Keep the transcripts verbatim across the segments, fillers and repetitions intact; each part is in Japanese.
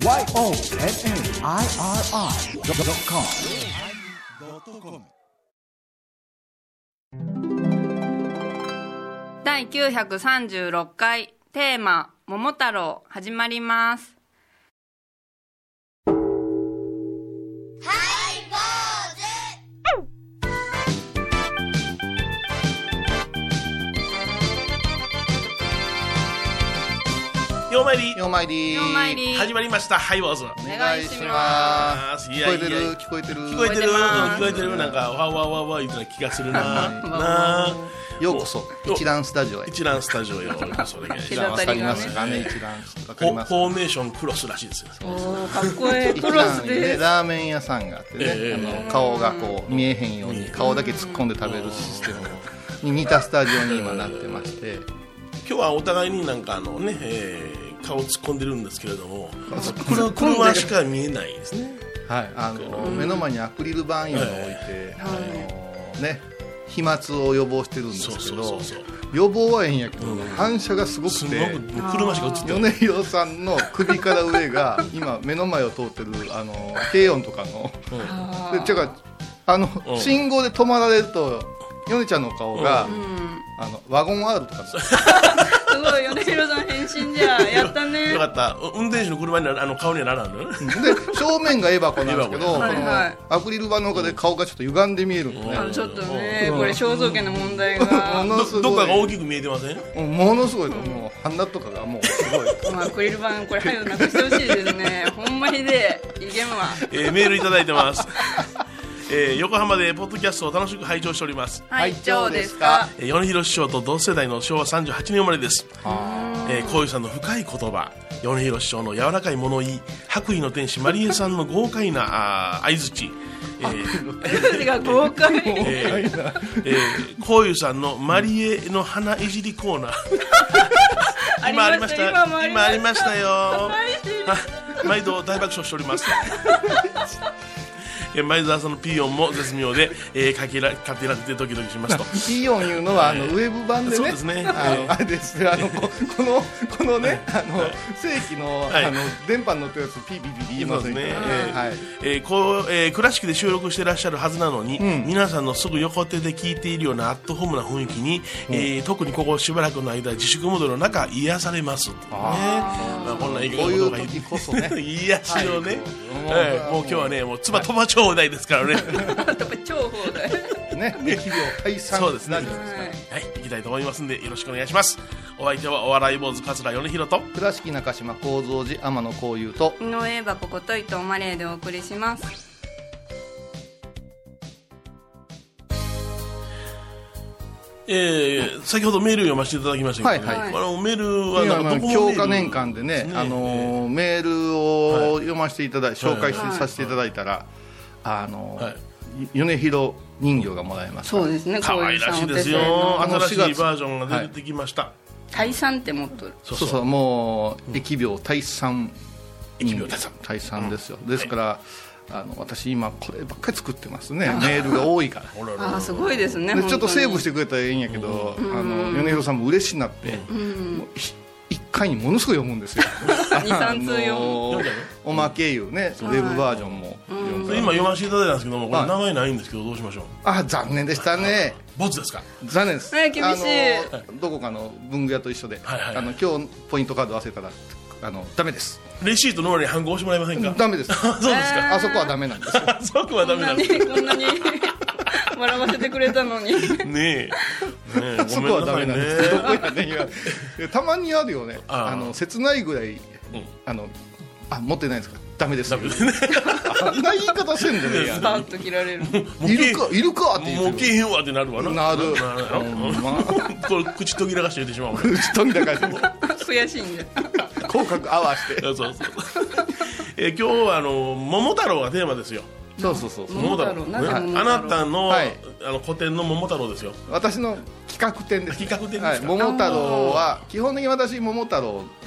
ワイオーエヌエーアイアールアイドットコムだいきゅうひゃくさんじゅうろっかいテーマ桃太郎始まります。 ようまいりようまいりようまいり始まりました。ハイボーズお願いします。 聞こえてる聞こえてる聞こえてる聞こえてるるなんかわわわわ言うてな気がするななあようこそ一覧スタジオへ。 一覧スタジオようこそで一覧わかりますかね。一覧わかります。 フォーメーションクロスらしいですよ。 おかっこいい一クロス覧にねです。 ラーメン屋さんがあってね、 えあの顔がこう見えへんように顔だけ突っ込んで食べるシステムに似たスタジオに今なってまして、 今日はお互いになんかあのね、えー顔突っ込んでるんですけれども、 突っ込んで車しか見えないですね。 はい、あの目の前にアクリル板いうのを置いて、あのね飛沫を予防してるんですけそうそうどそうそう、 予防はええんやけど、反射がすごくすごて。 く車しか映ってない。 米広さんの首から上が今目の前を通ってるあの軽音とかのでちゃかあの、 うん信号で止まられると米ちゃんの顔が、 うんあのワゴン R とかすごい米広さん変身じゃやったね。 よかった。運転手の車になあの顔にはならんの。 で正面がエバコなんですけど、こはいはいのアクリル板の中で顔がちょっと歪んで見えるんですね、 あのちょっとねうんこれ肖像権の問題がものすごいどっかが大きく見えてません？ うんものすごいともう鼻とかがもうすごいまあアクリル板これ早くなくしてほしいですね。ほんまにでいけんわ。 えーメールいただいてます。えー横浜でポッドキャストを楽しく拝聴しております。 はい長ですか。 えー米広師匠と同世代のしょうわさんじゅうはちねん生まれです。えー、こういうさんの深い言葉、米広師匠の柔らかい物言い、白衣の天使マリエさんの豪快なあ相づち、えーが豪快。 えーえー、こういうさんのマリエの花いじりコーナー今ありました今もありました今ありましたよ。あ毎度大爆笑しております。えー前澤さんのピーヨンも絶妙で、えー、かけらかけられてドキドキしますと。 ピーヨンいうのはあのウェブ版でね、 そうですねあのあれですね、あのここのこのね、あの正規のはいあの電波に乗ってるやつピーピーピーピー言いませんか言いますねはい。 えーこうえー倉敷で収録してらっしゃるはずなのに、 ん皆さんのすぐ横手で聞いているようなアットホームな雰囲気に、えー特にここしばらくの間自粛モードの中癒されますとね。まあこんな言い方こういうがいい時こそね癒しのね、 はいはいもう今日はねもう唾飛ばちょうだいですからね。 やっぱ超放題。 ね、疫病退散そうですね。 ラジオですからはい行きたいと思いますんでよろしくお願いします。お相手はお笑い坊主桂米広と。 倉敷中島幸三寺天野幸雄と井上はここと伊藤マレーでお送りします。 えー、先ほどメールを読ませていただきましたけど、 はいはいあのメールは今なんかどこもメール強化年間でね、 ねあのーメールを読ませていただいて、紹介してさせていただいたら、あのーはい米広人形がもらえます。 そうですね。 可愛らしいですよ。 あの新しいしがつバージョンが出てきました。 退散って持っとる。 そそうそう、もう疫病退散、 疫病退散退散ですよ。ですから、あの私今こればっかり作ってますね。メールが多いから。 ほらほらあーすごいですね。 でちょっとセーブししてくれたらいいんやけど、あの米広さんも嬉しいなって、もうひ一回にものすごい読むんですよ。 二三通読む。 あのーおまけいうね、ウェブバージョンも読んだ。 今読ませていただいたんですけども、これはい名前ないんですけどどうしましょう。 あ、残念でしたね。 ボツですか。 残念です。 はい厳しいあのどこかの文具屋と一緒で、 はいはいはいあの今日ポイントカード忘れたらあのダメです。 レシートの裏にハンコ押してもらえませんか。 ダメです。 そうですか。 あそこはダメなんですよ。 あそこはダこんなメなんです。 にこんなに笑わせてくれたのに。 ねえ。ねえあそこはダメなんです。 ごどこやねんいやいやたまにあるよね。 あーあの切ないぐらい、 うんあのあ持ってないですか。ダメです。 ダメですね。 あんな言い方せんでねえやスパッと切られる。 もういるかいるかってもう言ってる。 けえへんわってなるわな。 なる。 なるやろほんまこれ口途切らかして言ってしまうもんね。 口とみたいな感じで悔しいんで。 口角合わせて。 そうそうそう。えー今日はあの桃太郎がテーマですよ。 そうそうそうそう。 桃太郎なぜ桃太郎あなたの、 はいあの古典の桃太郎ですよ。 私の企画展です。 企画展ですかはい、桃太郎は基本的に私桃太郎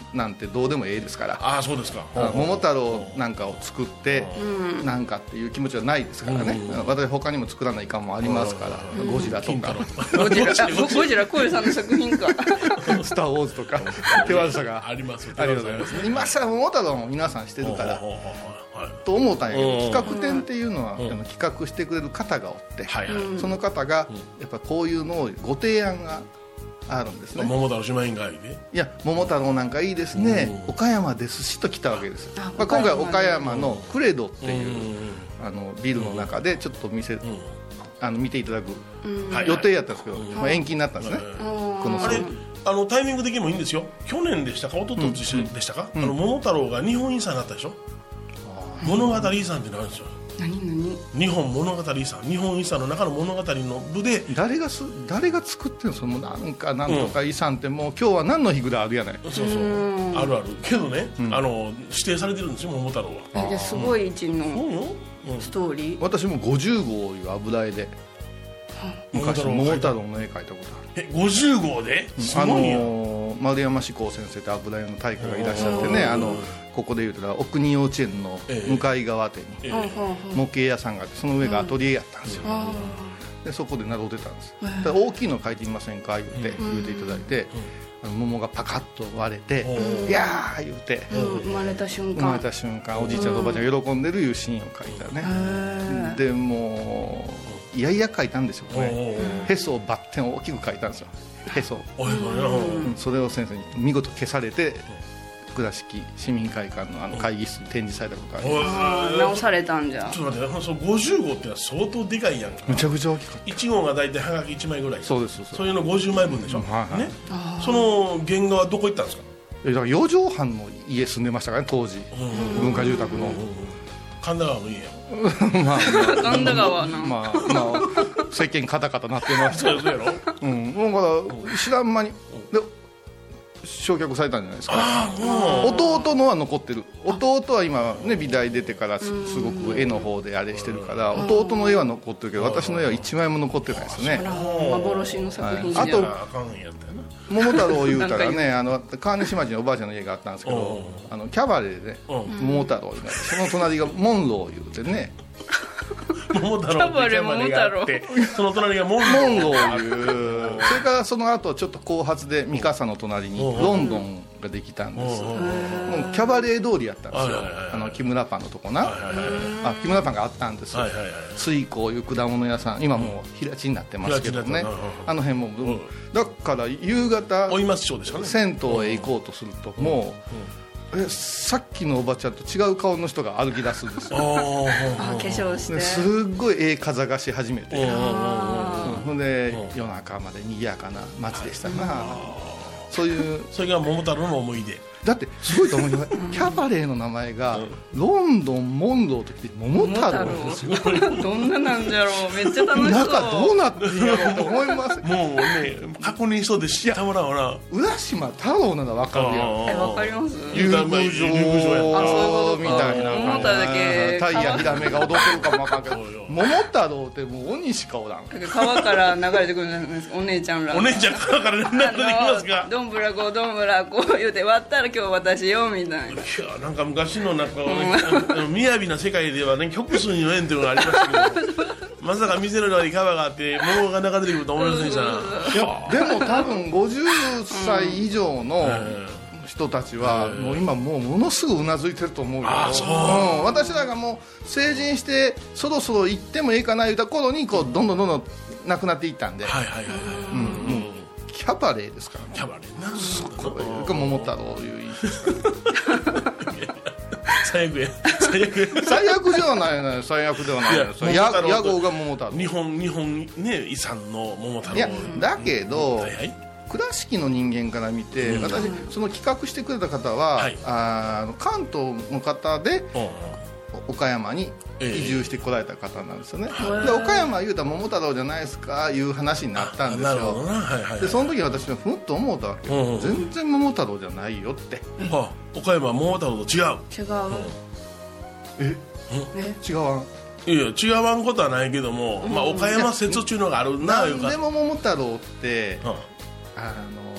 なんてどうでもええですから、 ああそうですか。 桃太郎なんかを作ってなんかっていう気持ちはないですからね。私他にも作らないかんもありますから、ゴジラとかゴジラゴジラ小遊さんの作品かスター・ウォーズとか手悪さがあります。 ありがとうございます。今更桃太郎も皆さんしてるからと思ったんやけど、企画展っていうのはあの企画してくれる方がおって、その方がやっぱこういうのをご提案があるんですね。 桃太郎姉妹会で、 いや桃太郎なんかいいですね、岡山ですしと来たわけです。まあ、今回岡山のクレドっていうあのビルの中でちょっと見せあの見ていただく予定やったんですけど、まあ、延期になったんですね。このあれあのタイミング的にもいいんですよ。去年でしたか一昨年でしたか、あの桃太郎が日本遺産になったでしょ。物語遺産ってなんですよ。 何何日本物語遺産、日本遺産の中の物語の部で誰がす誰が作ってるの、そのなんかなんとか遺産ってもう今日は何の日ぐらいあるやない。 そうそうあるあるけどね、うん、あの指定されてるんですよ桃太郎は。 えすごい一のストーリー。 私もごじゅうごういう油絵で昔桃太郎の絵描いたことある。 えごじゅうごうで、すごいよ。あの丸山志功先生って油絵の大家がいらっしゃってね、あのここでいうとお国幼稚園の向かい側手に模型屋さんがあって、その上がアトリエやったんですよ。でそこで習ってたんです。だ大きいの描いてみませんか言って言っていただいて、あの桃がパカッと割れて「いやー」言うて生まれた瞬間生まれた瞬間おじいちゃんとおばあちゃんが喜んでるいうシーンを描いたね。でもういやいや描いたんですよね。へそをバッテンを大きく描いたんですよ。へそ、うん、それを先生に見事消されて倉敷市民会館のあの会議室に展示されたことがあります。 直されたんじゃ。 ちょっと待って、そのごじゅうごうってのは相当でかいやんか。 むちゃくちゃ大きかった。 いちごうが大体はがきいちまいぐらい。 そうですそうです。 そういうのごじゅうまいぶんでしょ、うんはいはいね、その原画はどこ行ったんですか。 だからよじょうはんの家住んでましたからね当時、うん、文化住宅の神田川の家やまあ神田川なまあまあ世間カタカタなってました。 そうやろ、 うん、もうだから知らん間にで焼却されたんじゃないですか。弟のは残ってる。弟は今ね美大出てから す, すごく絵の方であれしてるから弟の絵は残ってるけど私の絵は一枚も残ってないですね。 幻の作品じゃ、 はい、あと桃太郎言うたらねあの川西町におばあちゃんの家があったんですけどあのキャバレーで、ね、桃太郎になってその隣がモンロー言うてね桃太郎ってキャバレーがあってその隣がモンローモンローいうそれからその後ちょっと後発で三笠の隣にロンドンができたんです。もうキャバレー通りやったんですよ。あの木村パンのとこなあ木村パンがあったんですよ。水耕いう果物屋さん今もう平地になってますけどねあの辺もだから夕方銭湯へ行こうとするともうえさっきのおばちゃんと違う顔の人が歩き出すんですよ。 あ化粧してすっごいええ風がし始めてほんで夜中まで賑やかな街でしたな。そういうそれが桃太郎の思い出だってすごいと思いますキャバレーの名前がロンドンモンローときて桃太郎ですよ。 どんななんじゃろうめっちゃ楽しそう。 中どうなってんやろうと思いますもうね確認しそうで知ってもらおうな。 浦島太郎なら分かるやん。 え分かります遊具場みたいな桃太郎だけタイヤヒラメが踊ってるかも分かんけど桃太郎ってもう鬼しかおらん。 川から流れてくるんですお姉ちゃんらお姉ちゃん川から流れてきますか。 どんぶらこどんぶらこ言うて割ったら今日私よみたいな。いやなんか昔のなんか雅な世界ではね曲数の縁というのがありましたけどまさか店の中に川があって桃が流れてくると思いませんでしたな。 いやでも多分ごじゅっさい以上の人たちはもう今もうものすぐうなずいてると思うよ。 あそう、 うん、私らがもう成人してそろそろ行ってもいいかな言った頃にこうどんどんどんどんなくなっていったんで、 はいはいはいはい、うんうんキャバレーですからね。 キャバレーなすごい桃太郎いういいですから最悪や最悪最悪ではないね最悪ではないね屋号が桃太郎日本日本ね遺産の桃太郎。 いやだけど、 はいはい、 倉敷の人間から見て、うん、私その企画してくれた方は、はい、あ関東の方で、うん岡山に移住してこられた方なんですよね、えー、で岡山言うたら桃太郎じゃないですかいう話になったんですよ。 なるほどな、はいはいはい、 でその時私はふっと思ったわけ、うんうん、全然桃太郎じゃないよって、 はあ、岡山は桃太郎と違う違う、 うん、ええ違わんいや違わんことはないけども、うんまあ、岡山説中のがあるな何でも桃太郎って、うん、あの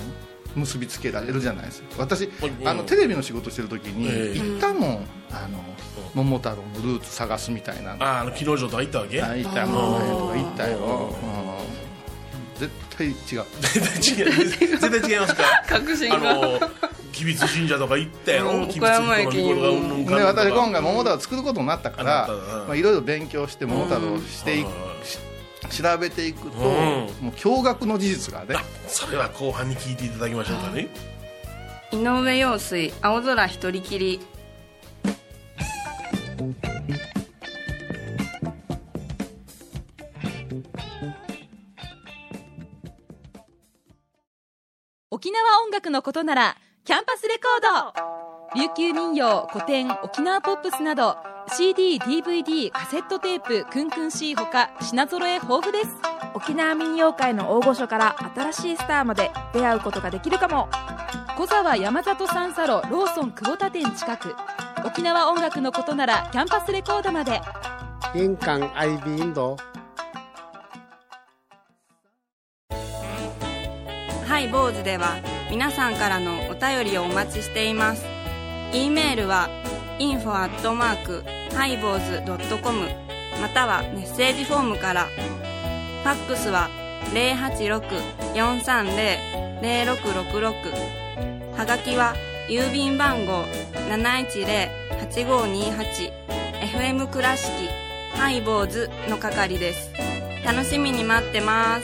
結びつけられるじゃないですか。私あのテレビの仕事してる時に行ったもん、あの桃太郎のルーツ探すみたいな。 ああの木之丞とか行ったわけ？ あ行ったもんとか行ったよ。絶対違う。 絶対違う。絶対違いますか？ 確信が。 あの吉備津神社とか行ったやろ。 うん、岡山駅にも。 で私今回桃太郎作ることになったからまあいろいろ勉強して桃太郎をしていく。調べていくと、うん、もう驚愕の事実がね。 それは後半に聞いていただきましょうかね。 井上陽水青空一人きり。 沖縄音楽のことならキャンパスレコード。琉球民謡、古典、沖縄ポップスなど シーディー、ディーブイディー、カセットテープ、クンクン C ほか品揃え豊富です。 沖縄民謡界の大御所から新しいスターまで出会うことができるかも。 小沢山里三佐路ローソン久保田店近く。沖縄音楽のことならキャンパスレコードまで。 印鑑 アイビー 인도 ハイボーズでは皆さんからのお便りをお待ちしています。 E メールは インフォ アットマーク ハイボーズ ドットコム またはメッセージフォームから。ファックスは ゼロはちろく よんさんゼロ ゼロろくろくろく。はがきは郵便番号 なないちゼロ はちごにはち エフエム 倉敷ハイボーズの係です。楽しみに待ってます。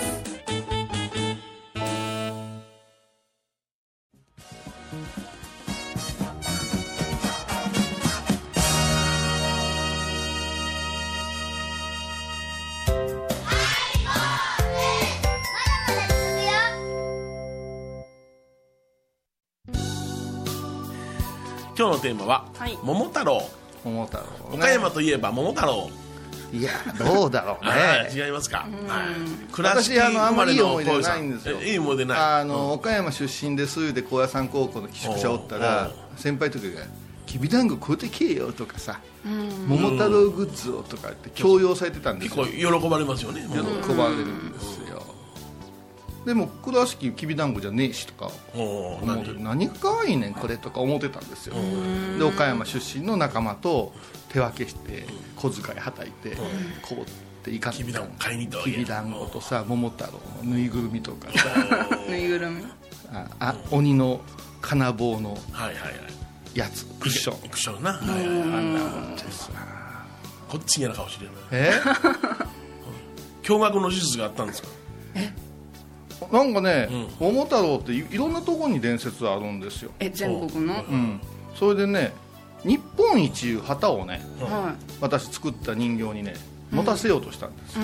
今日のテーマは、はい、桃太郎。 桃太郎、ね、 岡山といえば桃太郎。 いやどうだろうね違いますか。 私あのあんまりいい思い出ないんですよ。 いい思い出ない。 あの、うん、岡山出身ですで高野山高校の寄宿舎おったら先輩とかがきびだんご買うてけえよとかさ、桃太郎グッズをとかって強要されてたんですよ。 結構喜ばれますよね。 喜ばれるんですよ。でも倉敷きびだんごじゃねえしとか思って何が可愛いねんこれとか思ってたんですよ。で岡山出身の仲間と手分けして小遣いはたいてこうっていかんときびだんご買いに行ったわけ。きびだんごとさ桃太郎のぬいぐるみとかさぬいぐるみああ鬼の金棒のやつクッションクッションな、はいはい、あんなもんですな。 こっち嫌な顔してるな。 え驚愕の事実があったんですか。 えなんかね、うん、桃太郎っていろんなところに伝説あるんですよ。 え全国の、 うん、それでね日本一いう旗をね、 うん、 私作った人形にね持たせようとしたんです、うん、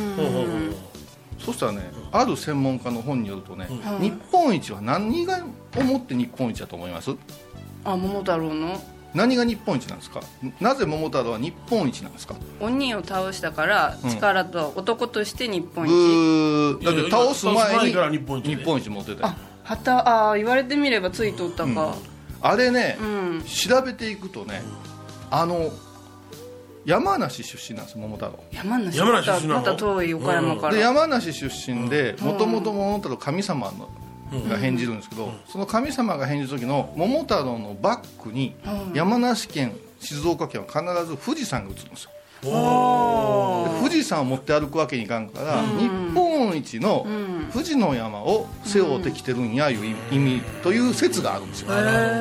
そしたらねある専門家の本によるとね、うん、日本一は何が思って日本一だと思います？ あ桃太郎の何が日本一なんですか？なぜ桃太郎は日本一なんですか？ 鬼を倒したから力と男として日本一、 うん、だって倒す前にから日本一、 ね、日本一持ってたよ。 あ旗あ言われてみればついとったか、うん、 あれね、 うん、 調べていくとねあの山梨出身なんです桃太郎。 山梨山梨出身なの？ また遠い岡山から、 うん、で山梨出身でもともと桃太郎神様のが返じるんですけど、うん、その神様が返じる時の桃太郎のバックに山梨県静岡県は必ず富士山が映るんですよ。富士山を持って歩くわけにいかんから、うん、日本一の富士の山を背負ってきてるんやいう意味という説があるんですよ。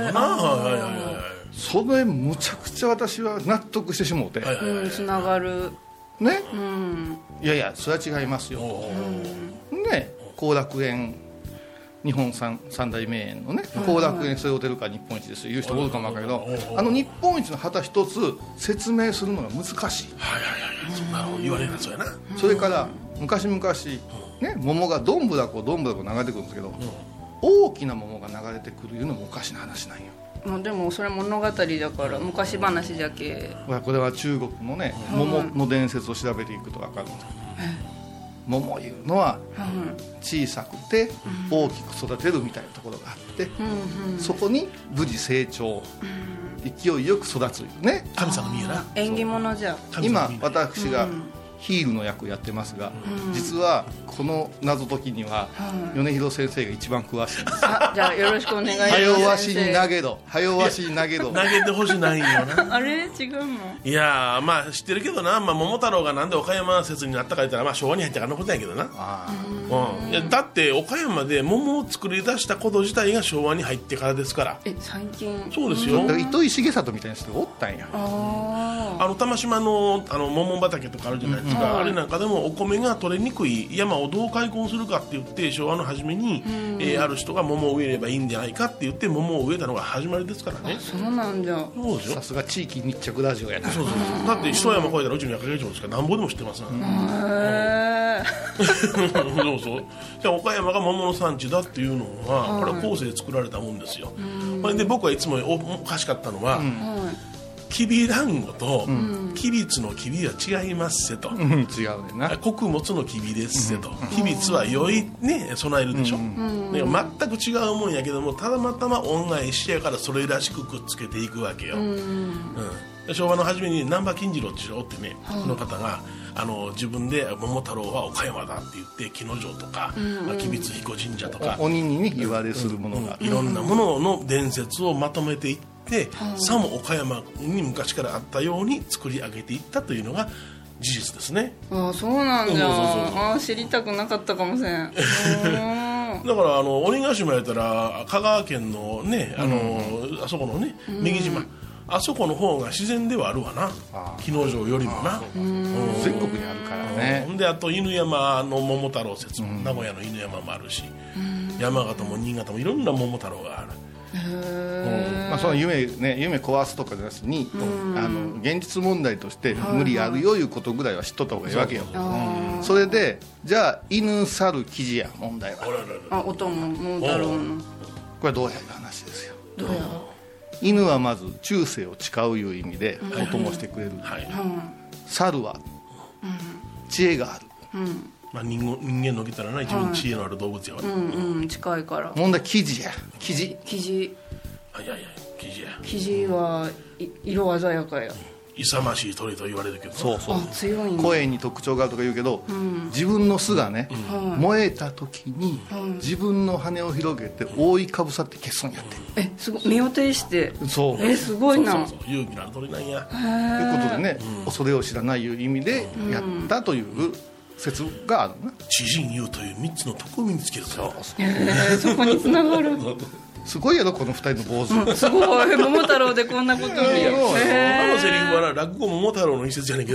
それむちゃくちゃ私は納得してしもうて、 うん、つながるね、 うん、 いやいやそれは違いますよ、うん、ね後楽園日本 三, 三大名園のね後楽園背負ってるから日本一ですよ言う人おるかもわかるけど、あの日本一の旗一つ説明するのが難しい。 はいはいはい、そんなの言われるんですよな。 それから昔々ね桃がどんぶらこどんぶらこ流れてくるんですけど、うん、大きな桃が流れてくるいうのもおかしな話なんよ。 まあ、でもそれ物語だから昔話じゃけ。 これは中国のね桃の伝説を調べていくと分かるんです。桃いうのは小さくて大きく育てるみたいなところがあって、うんうん、そこに無事成長、うん、勢いよく育ついうね。 神様の見えな縁起物じゃ。 今私がヒールの役をやってますが、うん、実はこの謎解きには、うん、米広先生が一番詳しいんです。 あ、じゃあよろしくお願いします。 はよわしに投げろ、はよわしに投げろ。 投げてほしないよな。 あれ違うの？ いやー、まあ知ってるけどな、まあ、桃太郎がなんで岡山説になったか言ったら、まあ、昭和に入ってからのことやけどな。あ、うん、いやだって岡山で桃を作り出したこと自体が昭和に入ってからですから。 え、最近？ そうですよ。 糸井重里みたいな人がおったんや。 ああの玉島 の, あの桃畑とかあるじゃないですか、うん、あれなんかでもお米が取れにくい山をどう開墾するかって言って昭和の初めに、うん、えー、ある人が桃を植えればいいんじゃないかって言って桃を植えたのが始まりですからね。 あ、そうなんじゃ。 そうですよ。 さすが地域密着ラジオやな。 そうそうそう。だって一山越えたらうちの役所ですからなんぼでも知ってますから、 へそうそう。じゃあ岡山が桃の産地だっていうのは、これは後世で作られたもんですよ。うん、で僕はいつも お, おかしかったのは、うん、きびだんごときびつのきびは違いますせと、うん、 違うねんな。 穀物のきびですせと、うん、きびつは良いね備えるでしょ、うん、全く違うもんやけども、たまたま恩返しやからそれらしくくっつけていくわけよ、うんうん、昭和の初めに難波金次郎って人おってね、この方があの自分で桃太郎は岡山だって言って木之丞とか吉備津彦神社とか鬼に、ね、言われするものが、 うん、いろんなものの伝説をまとめていって、うん、さも岡山に昔からあったように作り上げていったというのが事実ですね。 ああ、そうなんじゃ。ああ、知りたくなかったかもしれん。だからあの鬼ヶ島やったら香川県のね、あの、うん、あそこのね女木島、うん、あそこの方が自然ではあるわな、木之丞よりもな。 全国にあるからね。 であと犬山の桃太郎説、うん、名古屋の犬山もあるし、山形も新潟もいろんな桃太郎がある。 へー、まあ、その夢ね、夢壊すとかじゃなしに、あの現実問題として無理あるよいうことぐらいは知っとった方がいいわけよ。それでじゃあ犬猿キジや問題は、 あ、お供桃太郎のこれはどうやる話ですよ。 どうや。 犬はまず忠誠を誓ういう意味でお供してくれる、はい、猿は知恵がある、うん、 まあ、人, 人間のけたらな一番知恵のある動物やわ、 うんうん、近いから。 問題キジや。キジキジあ、いやいやキジや。 キジは色鮮やかや。 勇ましい鳥と言われるけど、 そうそう、 強い、ね、 声に特徴があるとか言うけど、うん、自分の巣がね、うん、燃えた時に、うん、自分の羽を広げて覆いかぶさって消すんやって。 え、すごい、身を挺して。 そう、 え、すごいな。 そうそうそう、勇気のある鳥なんや。 ということでね、うん、恐れを知らないいう意味でやったという説があるな。 知人友というみっつの徳を身につける。そうそう、 えー、そこにつながる。 すごいやろこのふたりの坊主、 うん、すごい。桃太郎でこんなことに。 いや、あのセリフはな落語桃太郎の一節じゃねえけど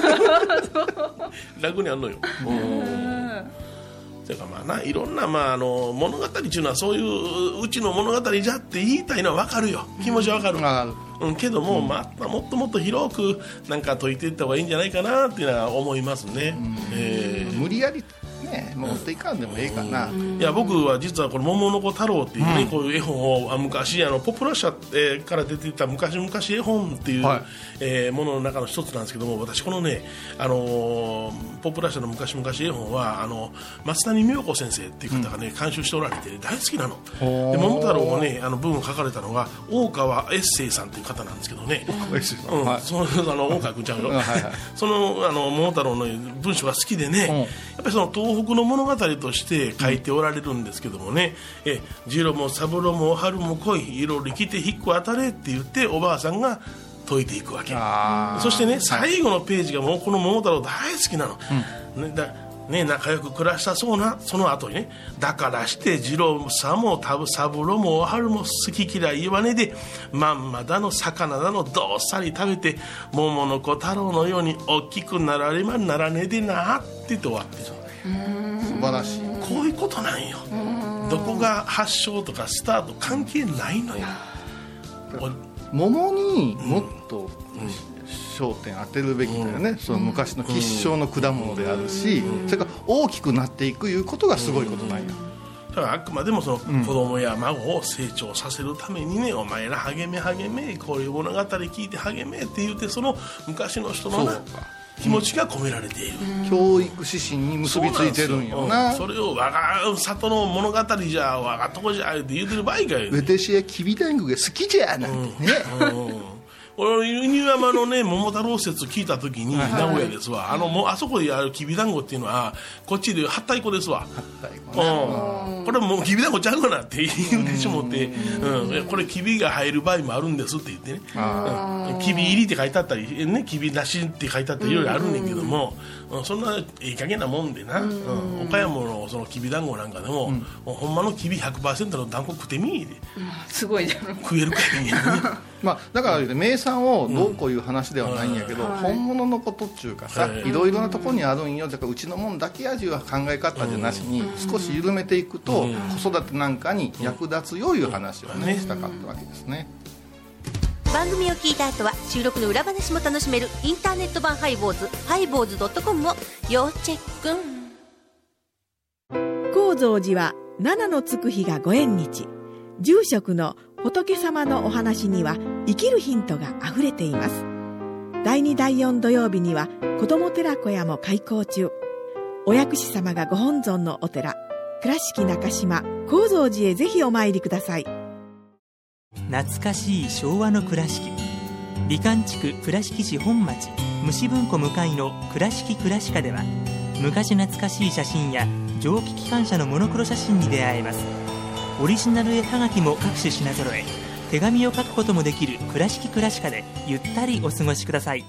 楽にあんのよ。それからまあないろんな、まあ、あの物語っていうのはそういううちの物語じゃって言いたいのは分かるよ、気持ちは分かる、うん、けども、うん、まあ、もっともっと広くなんか解いていった方がいいんじゃないかなっていうのは思いますね、うん、えー、 無理やりね、持っていかんでもええかな。 いや、僕は実はこの桃の子太郎っていうね、うん、こういう絵本を昔あのポプラ社から出ていた昔々絵本っていう、はい、えー、ものの中の一つなんですけども、私このね、あのー、ポプラ社の昔々絵本はあの松谷美代子先生っていう方がね、うん、監修しておられて、ね、大好きなので、桃太郎もね、あの文を書かれたのが大川エッセイさんっていう方なんですけどね、大川エッセイさん、うん、はい、そのあの大川君ちゃんがそのあの桃太郎の文章が好きでね、うん、やっぱりその東北の物語として書いておられるんですけどもね、うん、え次郎も三郎も春も来い、いろいろ来て引っこ当たれって言っておばあさんが解いていくわけ。そしてね、最後のページがもうこの桃太郎大好きなの、うん、ね、だね、仲良く暮らしたそうなその後にね、だからして次郎さもたぶ三郎もお春も好き嫌い言わねで、まんまだの魚だのどっさり食べて桃の子太郎のように大きくなられまならねでなって言って終わってる。 素晴らしい。 こういうことなんよ。どこが発祥とかスタート関係ないのよ。 桃にもっと焦点当てるべきだよね、うん、その昔の吉祥の果物であるし、うん、それから大きくなっていくいうことがすごいことなんよ。 だからあくまでもその子供や孫を成長させるためにね、うん、お前ら励め励め、こういう物語聞いて励めって言って、その昔の人のな気持ちが込められている、 うん、教育指針に結びついてるんよな。 そ, うん、それを我が里の物語じゃ我がとこじゃって言うてる場合かよ。 私はきびだんごが好きじゃなんてね、うんうん、 俺犬山のね桃太郎説聞いた時に名古屋ですわ、あのもうあそこでやるきびだんごっていうのはこっちではったいこですわ。うん、これもうきびだんごちゃうかなって言うんでしもって、うん、これきびが入る場合もあるんですって言ってね、うん、きび入りって書いてあったりね、きびなしって書いてあったりいろいろあるねんけども、うん、そんないい加減なもんでな、うん、岡山のそのきびだんごなんかでも、うん、もうほんまのきび ひゃくパーセント の団子食ってみいで、うん、 すごいじゃん、 食えるかいいやねまあ、だから名産をどうこういう話ではないんやけど、うん、本物のことっちゅうかさ、はい、いろいろなところにあるんよ。だからうちのもんだけやじゅうは考え方じゃなしに、うん、少し緩めていくと、うん、子育てなんかに役立つよいう話をね、うん、したかったわけですね。 番組を聞いた後は収録の裏話も楽しめるインターネット版ハイボーズハイボーズ .com を要チェック。 高蔵寺は七のつく日がご縁日。住職の仏様のお話には生きるヒントがあふれています。だいにだいよん土曜日には子ども寺小屋も開校中。お薬師様がご本尊のお寺、倉敷中島・高蔵寺へぜひお参りください。 懐かしい昭和の倉敷、美観地区倉敷市本町虫文庫向かいの倉敷倉歯科では、昔懐かしい写真や蒸気機関車のモノクロ写真に出会えます。オリジナル絵はがきも各種品揃え、手紙を書くこともできる倉敷倉歯科でゆったりお過ごしください。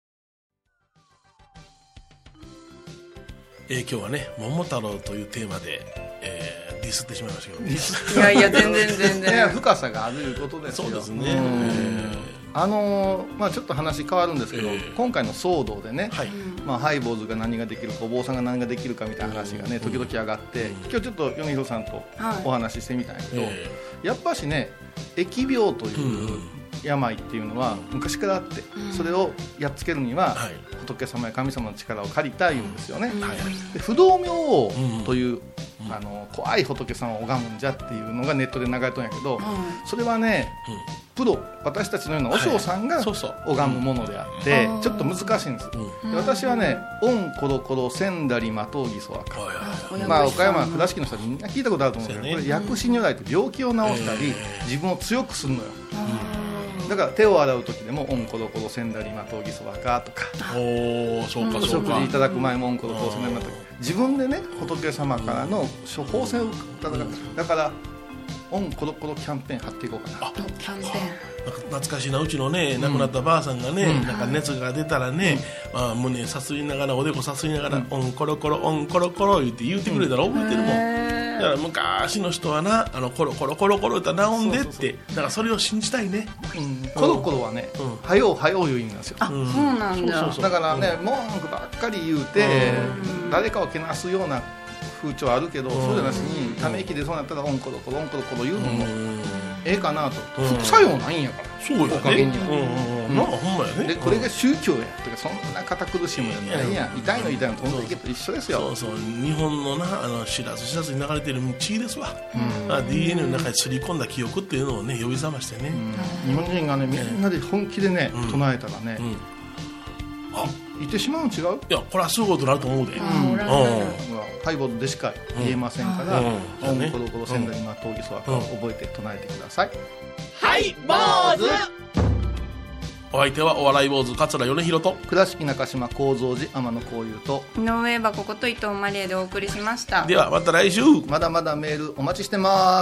えー、今日はね桃太郎というテーマで、えー、ディスってしまいましたけど、 いやいや全然全然深さがあるということですよ。 そうですね、 えーあのーまあ、ちょっと話変わるんですけど、えー、今回の騒動でね、はいまあ、ハイボーズが何ができるかお坊さんが何ができるかみたいな話がね、時々上がって、うん、今日ちょっと米広さんとお話ししてみたんやけど、はいえー、やっぱしね疫病という病っていうのは昔からあって、うん、それをやっつけるには、はい、仏様や神様の力を借りたいんですよね、うんはい、で不動明王という、うんあの怖い仏様を拝むんじゃっていうのがネットで流れとんやけど、うん、それはね、うん、プロ私たちのような和尚さんが拝むものであって、はい、そうそうちょっと難しいんです、うん、で私はねオンコロコロセンダリマトウギソワカ、うん、まあ岡山倉敷の人はみんな聞いたことあると思うんだけど、これ薬師如来って病気を治したり、うん、自分を強くするのよ、うん、だから手を洗う時でもオンコロコロセンダリマトウギソワカとか、おそうかそうか、お食事いただく前もオンコロコロセンダリマトウギソワカ、自分でね仏様からの処方箋をいただく、だからオンコロコロキャンペーン貼っていこうかな。 キャンペーン懐かしいな、うちのね亡くなったばあさんがね、うん、なんか熱が出たらね、うんまあ、胸さすりながらおでこさすりながら、うん、オンコロコロオンコロコロ言って言ってくれたら覚えてるもん、うん、だから昔の人はなあのコロコロコロコロって治んでって、そうそうそうだからそれを信じたいね、 うん、コロコロはね、うん、はようはよういう意味なんですよ。 あ、うん、そうなんだ。そうそうそうだからね、うん、文句ばっかり言うて、うん、誰かをけなすような風潮あるけど、うん、そうじゃなしにため息でそうなったらオンコロコロオンコロコロ言うのもええかなと、うん、副作用ないんやから、 そうやね、 おかげには、 うんうん、なんかほんまやね。 でこれが宗教やとかそんな堅苦しいもんやったらいいやん、痛いの痛いの飛んでいけと一緒ですよ。 そうそう日本のなあの知らず知らずに流れてる血ですわ、うん、ディーエヌエー の中にすり込んだ記憶っていうのをね呼び覚ましてね、 うん、日本人がねみんなで本気でね、うん、唱えたらね、うん、あ言ってしまうん違う。 いやこれはすごいことになると思うで、うんうん、 ハイボードでしか言えませんから、オンコロコロセンダリマトウギソワカを覚えて唱えてください。 ハイボーズ。 お相手はお笑い坊主桂米広と倉敷中島高蔵寺天野幸雄と井上箱こと伊藤マリエでお送りしました。 ではまた来週。 まだまだメールお待ちしてます。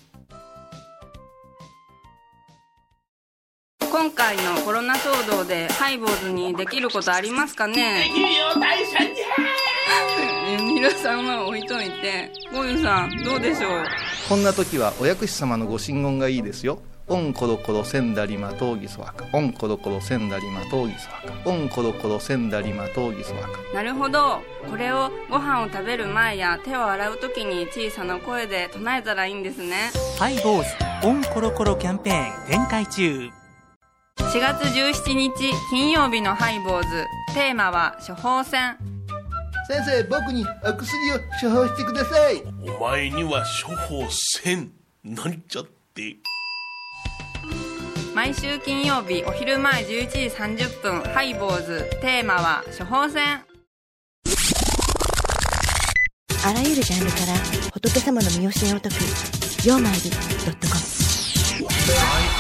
今回のコロナ騒動でハイボーズにできることありますかね。 できるよ大社に皆さんは置いといて、ゴユさんどうでしょう。 こんな時はお薬師様のご神言がいいですよ。オンコロコロセンダリマトウギソワカ、オンコロコロセンダリマトウギソワカ、オンコロコロセンダリマトウギソワカ。 なるほど、これをご飯を食べる前や手を洗う時に小さな声で唱えたらいいんですね。 ハイボーズオンコロコロキャンペーン展開中。 しがつじゅうしちにち金曜日のハイボーズ、テーマは処方箋。 先生、僕にお薬を処方してください。 お前には処方箋なんちゃって。 毎週金曜日お昼前じゅういちじさんじゅっぷん、ハイボーズ、テーマは処方箋。 あらゆるジャンルから仏様の身教えを解く曜マイルドットコム。